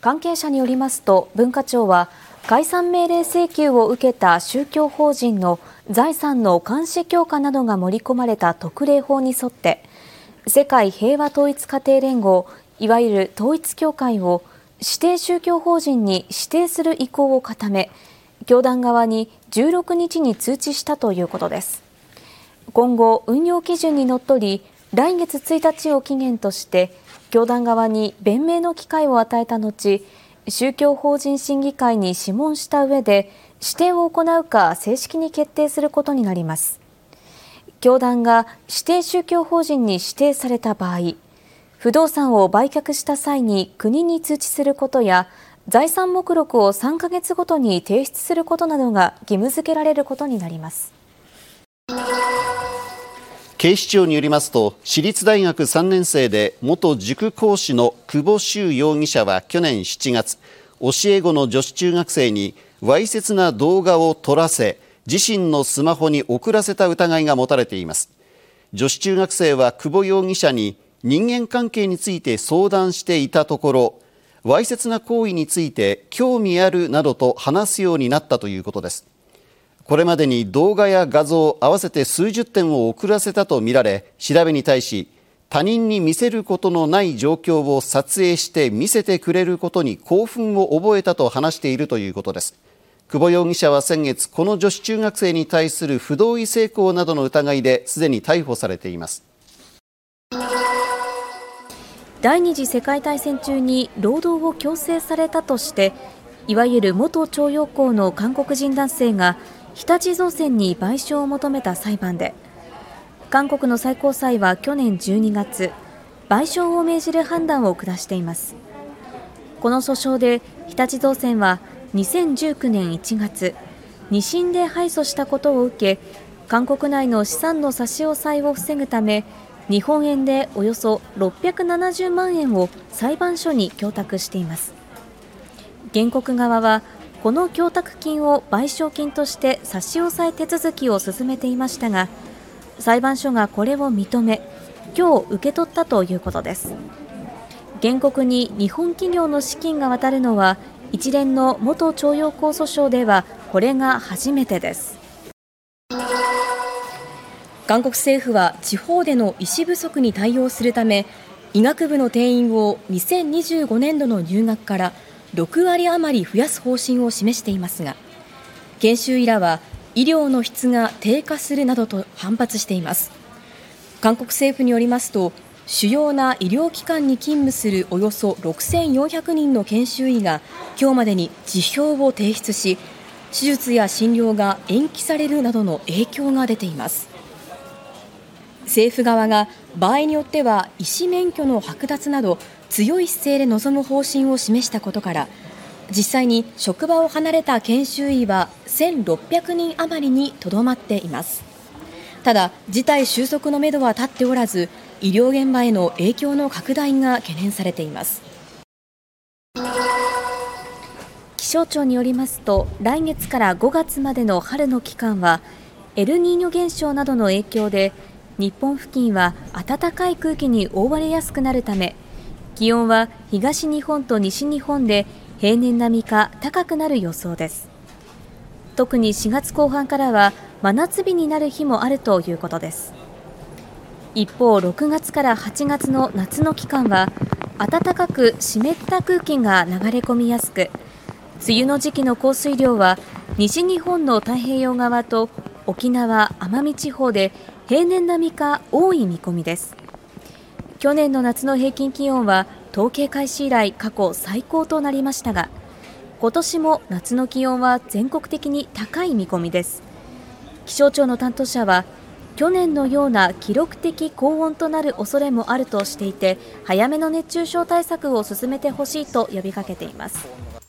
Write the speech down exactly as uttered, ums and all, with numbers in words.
関係者によりますと、文化庁は解散命令請求を受けた宗教法人の財産の監視強化などが盛り込まれた特例法に沿って、世界平和統一家庭連合、いわゆる統一教会を指定宗教法人に指定する意向を固め、教団側にじゅうろくにちに通知したということです。今後、運用基準にのっとり、来月ついたちを期限として、教団側に弁明の機会を与えた後、宗教法人審議会に諮問した上で、指定を行うか正式に決定することになります。教団が指定宗教法人に指定された場合、不動産を売却した際に国に通知することや、財産目録をさんかげつごとに提出することなどが義務付けられることになります。 警視庁によりますと、私立大学さんねん生で元塾講師の久保修容疑者は去年しちがつ、教え子の女子中学生にわいせつな動画を撮らせ、自身のスマホに送らせた疑いが持たれています。女子中学生は久保容疑者に人間関係について相談していたところ、わいせつな行為について興味あるなどと話すようになったということです。これまでに動画や画像合わせて数十点を送らせたとみられ、調べに対し、他人に見せることのない状況を撮影して見せてくれることに興奮を覚えたと話しているということです。久保容疑者は先月、この女子中学生に対する不同意性交などの疑いですでに逮捕されています。 第二次世界大戦中に労働を強制されたとして、いわゆる元徴用工の韓国人男性が日立造船に賠償を求めた裁判で、韓国の最高裁は去年じゅうにがつ、賠償を命じる判断を下しています。この訴訟で日立造船はにせんじゅうきゅうねんいちがつ、二審で敗訴したことを受け、韓国内の資産の差し押さえを防ぐため、日本円でおよそろっぴゃくななじゅうまんえんを裁判所に供託しています。原告側は、この供託金を賠償金として差し押さえ手続きを進めていましたが、裁判所がこれを認め、今日受け取ったということです。原告に日本企業の資金が渡るのは、一連の元徴用工訴訟ではこれが初めてです。 韓国政府は地方での医師不足に対応するため、医学部の定員をにせんにじゅうごねんどの入学からろくわり余り増やす方針を示していますが、研修医らは医療の質が低下するなどと反発しています。韓国政府によりますと、主要な医療機関に勤務するおよそろくせんよんひゃくにんの研修医が今日までに辞表を提出し、手術や診療が延期されるなどの影響が出ています。政府側が場合によっては医師免許の剥奪など強い姿勢で臨む方針を示したことから、実際に職場を離れた研修医はせんろっぴゃくにん余りにとどまっています。ただ、事態収束のめどは立っておらず、医療現場への影響の拡大が懸念されています。 気象庁によりますと、来月からごがつまでの春の期間は、エルニーニョ現象などの影響で、日本付近は暖かい空気に覆われやすくなるため、気温は東日本と西日本で平年並みか高くなる予想です。特にしがつこう半からは真夏日になる日もあるということです。一方、ろくがつからはちがつの夏の期間は暖かく湿った空気が流れ込みやすく、梅雨の時期の降水量は西日本の太平洋側と沖縄・奄美地方で平年並みか多い見込みです。去年の夏の平均気温は統計開始以来過去最高となりましたが、今年も夏の気温は全国的に高い見込みです。気象庁の担当者は、去年のような記録的高温となる恐れもあるとしていて、早めの熱中症対策を進めてほしいと呼びかけています。